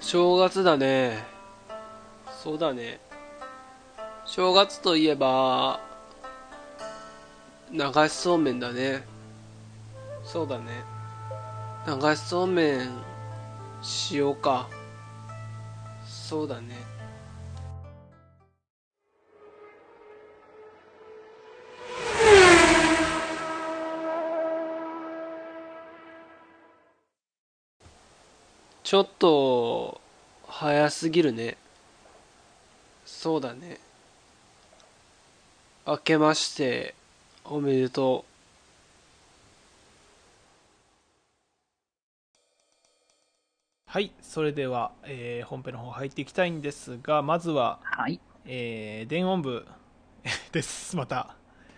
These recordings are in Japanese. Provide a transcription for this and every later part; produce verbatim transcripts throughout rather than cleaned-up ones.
正月だね。そうだね。正月といえば、流しそうめんだね。そうだね。流しそうめんしようか。そうだね。ちょっと、早すぎるね。そうだね。明けまして、おめでとはい、それでは、えー本編の方入っていきたいんですが、まずは、 はい。 えー電音部です、また。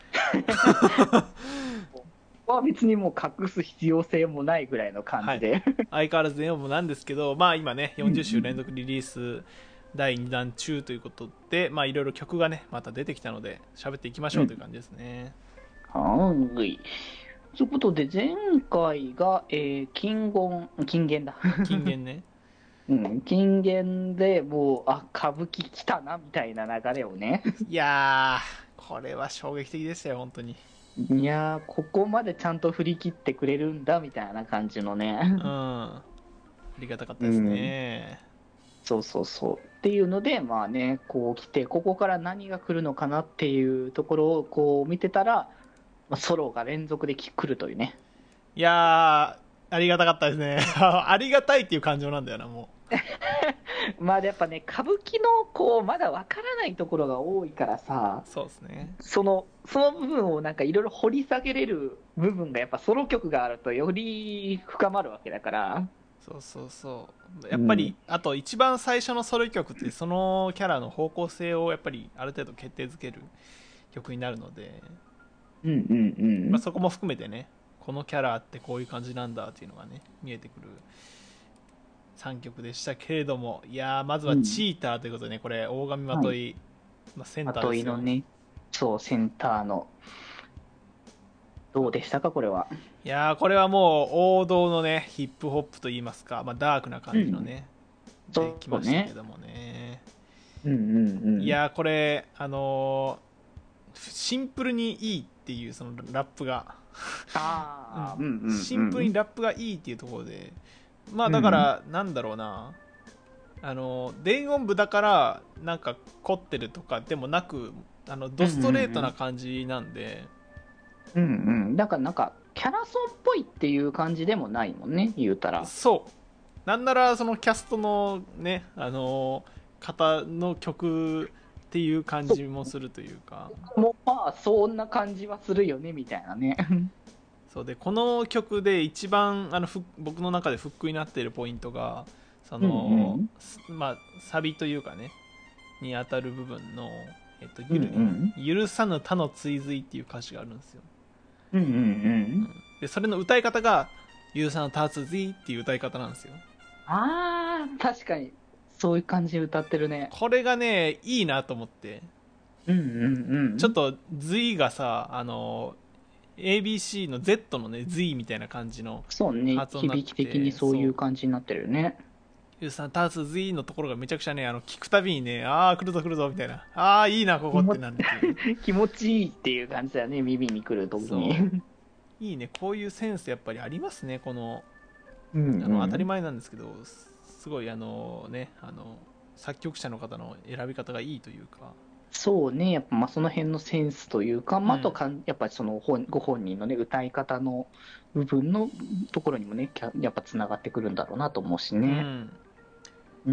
ここは別にもう隠す必要性もないぐらいの感はい。 じで。 相変わらず電音部なんですけど、まあ今ね、 うんうよんじゅっしゅ連ん。 続リリースだいにだん中ということで、まあいろいろ曲がね、また出てきたので、喋っていきましうん。 ょうという感じですね。 はーい。ということで、前回が、えー、金言、金言だ。 金言ね。 うん、金言でもう、あ、歌舞伎来たな、みたいな流れをね。 いやー、これは衝撃的でしたよ、本当に。 いやー、ここまでちゃんと振り切ってくれるんだ、みたいな感じのね。 うん。ありがたかったですうん。 ね。 そうそうそう。っていうので、まあね、こう来て、ここから何が来るのかなっていうところをこう見てたら、まあ、ソロが連続で来るというね。 いやー、ありがたかったですね。ありがたいっていう感情なんだよな、もう。 まあやっぱね、歌舞伎のこう、まだわからないところが多いからさ、 そうですね。 その、その部分をなんかいろいろ掘り下げれる部分がやっぱソロ曲があるとより深まるわけだから、 そうそうそう。やっぱり、 うん。 あと一番最初のソロ曲って、そのキャラの方向性をやっぱりある程度決定づける曲になるので、 うんうんうまあ、 ん。 そこも含めてね、このキャラってこういう感じなんだっていうのがね、見えてくるさんきょくでしたけれども、いやー、まずはうん。 チーターということでね、これ、大神まはい。 とい、まあ、センまターですよ。 といのね、そう、センターの、どうでしたか、これは。 いやー、これはもう王道のね、ヒップホップといいますか、まあ、ダークなうん。 感じのね、できましたけそうね。 どもね。 うんうんうん。 いやー、これ、あのーシンプルにいいっていうそのラップが、うああ、 ん、 うんうんシンプルにうん。 ラップがいいっていうところで、まあだかうん。 らなんだろうな、あの電音部だからなんか凝ってるとかでもなく、あのうんうドストレートなん感じなんで。 うん。うんうん。だからなんか、キャラソンっぽいっていう感じでもないもんね、言うたら。 そう、なんならそのキャストのね、あの方の曲っていう感そじもするというか。 うもまあ、そんな感じはするよね、みたいなね。 そうで、この曲で一番あのふ僕の中でフックになっているポイントが、そうんうのん。 まあサビというかね、に当たる部分の、えっと、 うんうゆん。 る許さぬ他の追随っていう歌詞があるんですよ。 うんうんうん。 でそれの歌い方が許さぬ他の追随っていう歌い方なんですよ。 ああ、確かに、そういう感じで歌ってるね。 これがねいいなと思って。 うんうんうん。 ちょっと随がさ、あの エービーシー の Z のね随みたいな感じのそうね、 発音になっ響き的にてて、 そういうそう、 感じになってるよね。 ユーさん立つ Z のところがめちゃくちゃね、あの聞くたびにね、ああ来るぞ来るぞみたいな、ああいいなここって気持なるっていう。 気持ちいいっていう感じだよね、耳に来るときに。 そう、いいね、こういうセンスやっぱりありますね。この、 うんあの当たりうん。 前なんですけど、すごいあのね、あの作曲者の方の選び方がいいというか。 そうね、やっぱまあその辺のセンスというか、まあ、あとうん、 かん、やっぱりその本ご本人のね、歌い方の部分のところにもね、きゃやっぱつながってくるんだろうなと思うしね。 うん。 うん。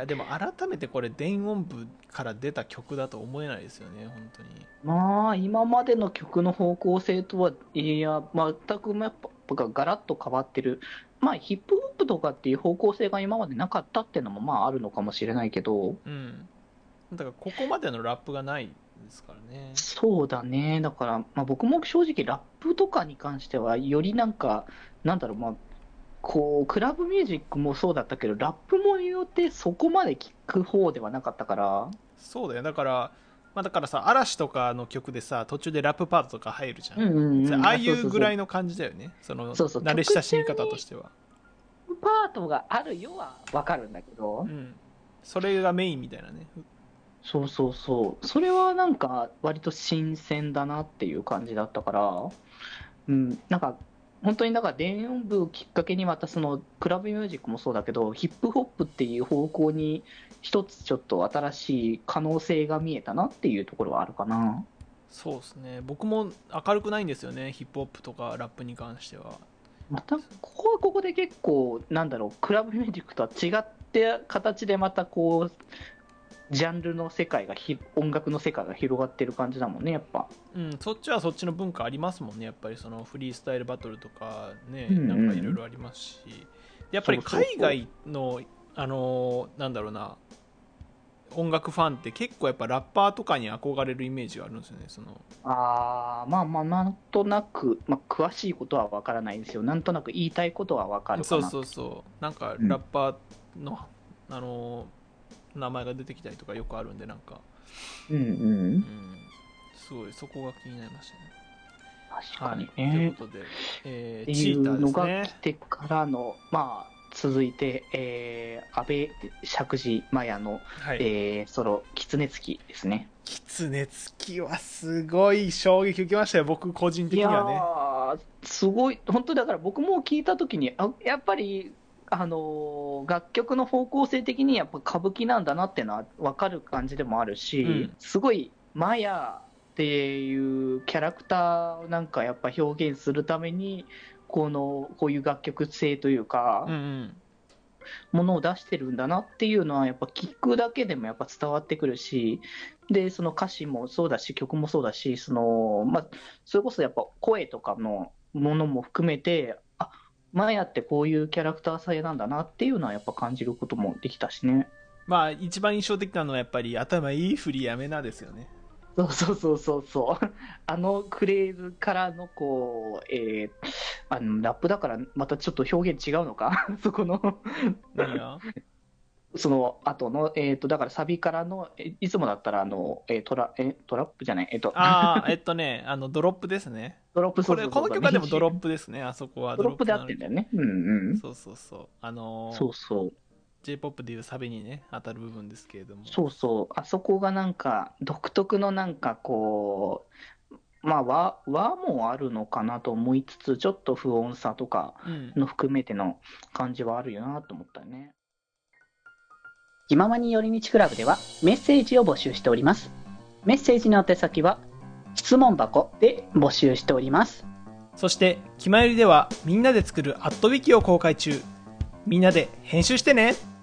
いやでも改めてこれ電音部から出た曲だと思えないですよね、本当に。 まあ、今までの曲の方向性とは、いや、全くやっぱがガラッと変わってる。まあ、ヒップホップとかっていう方向性が今までなかったっていうのもまああるのかもしれないけど、 うん、だからここまでのラップがないですからね。 そうだね。だから、まあ、僕も正直ラップとかに関しては、よりなんか、なんだろう、まあ、こう、クラブミュージックもそうだったけど、ラップもよってそこまで聞く方ではなかったから、 そうだよ、だから、まあ、だからさ、嵐とかの曲でさ、途中でラップパートとか入るじゃん。 うんうんうん。あ、 それああいそうそうそう。 うぐらいの感じだよね、そのそうそう、 慣れ曲中親しみ方とにしては。 パートがあるよはわかるんだけど、 うん、それがメインみたいなね。 そうそうそう、それはなんか割と新鮮だなっていう感じだったから、うん、なんか本当にだから電音部をきっかけにまたそのクラブミュージックもそうだけど、ヒップホップっていう方向に一つちょっと新しい可能性が見えたなっていうところはあるかな。 そうですね、僕も明るくないんですよね、ヒップホップとかラップに関しては。 またここはここで結構なんだろう、クラブミュージックとは違って形でまたこうジャンルの世界がひ音楽の世界が広がってる感じだもんね、やっぱ。 うん、そっちはそっちの文化ありますもんね、やっぱりそのフリースタイルバトルとかね、 うんうんなんかいろいろありますし、やっぱり海外のあのなんだろうな、音楽ファンって結構やっぱラッパーとかに憧れるイメージがあるんですよね。そのあーまあまあなんとなく、まあ、詳しいことは分からないんですよ。なんとなく言いたいことは分かるかな。 そうそうそう、なんかラッパーの、うん、あの名前が出てきたりとかよくあるんで、なんかうんうん、 うん、すごいそこが気になりましたね。 確かにね、 はい、ということで、えー、 ってチータいうのーですね。 が来てからの、まあ続いて、えー、安倍釈司麻也の、 はい、 えー、ソロ「狐つき」ですね。 狐つきはすごい衝撃受けましたよ、僕個人的にはね。 いやーすごい、本当だから僕も聞いたときにあやっぱりあのー楽曲の方向性的にやっぱ歌舞伎なんだなっていうのは分かる感じでもあるし、うん、すごいマヤっていうキャラクターをなんかやっぱ表現するためにこのこういう楽曲性というか、うんうん、ものを出してるんだなっていうのはやっぱ聞くだけでもやっぱ伝わってくるし、でその歌詞もそうだし曲もそうだし、その、まあ、それこそやっぱ声とかのものも含めて、あマヤってこういうキャラクター性なんだなっていうのはやっぱ感じることもできたしね。 まあ一番印象的なのはやっぱり頭いい振りやめなですよね。 そうそうそうそうそうあのフレーズからのこう、えー、あのラップだからまたちょっと表現違うのかそこの何がその後の、えーと、だからサビからの、いつもだったらあの、えー、トラえトラップじゃない、えっ、ー、と、 あー、えっとね、あのドロップですね。 ドロップ、そうそうそう、 これこの曲はでもドロップですね、あそこはドロップであってんだよね。うんうん。 そうそうそう。あのー、 そうそう。 J-ポップ でいうサビにね、当たる部分ですけれども。 そうそう。あそこがなんか、独特のなんかこう、まあ和、和もあるのかなと思いつつ、ちょっと不穏さとかの含めての感じはあるよなと思ったよね。気ままに寄り道クラブではメッセージを募集しております。メッセージの宛先は質問箱で募集しております。 そして気まよりではみんなで作るアットウィキを公開中。みんなで編集してね。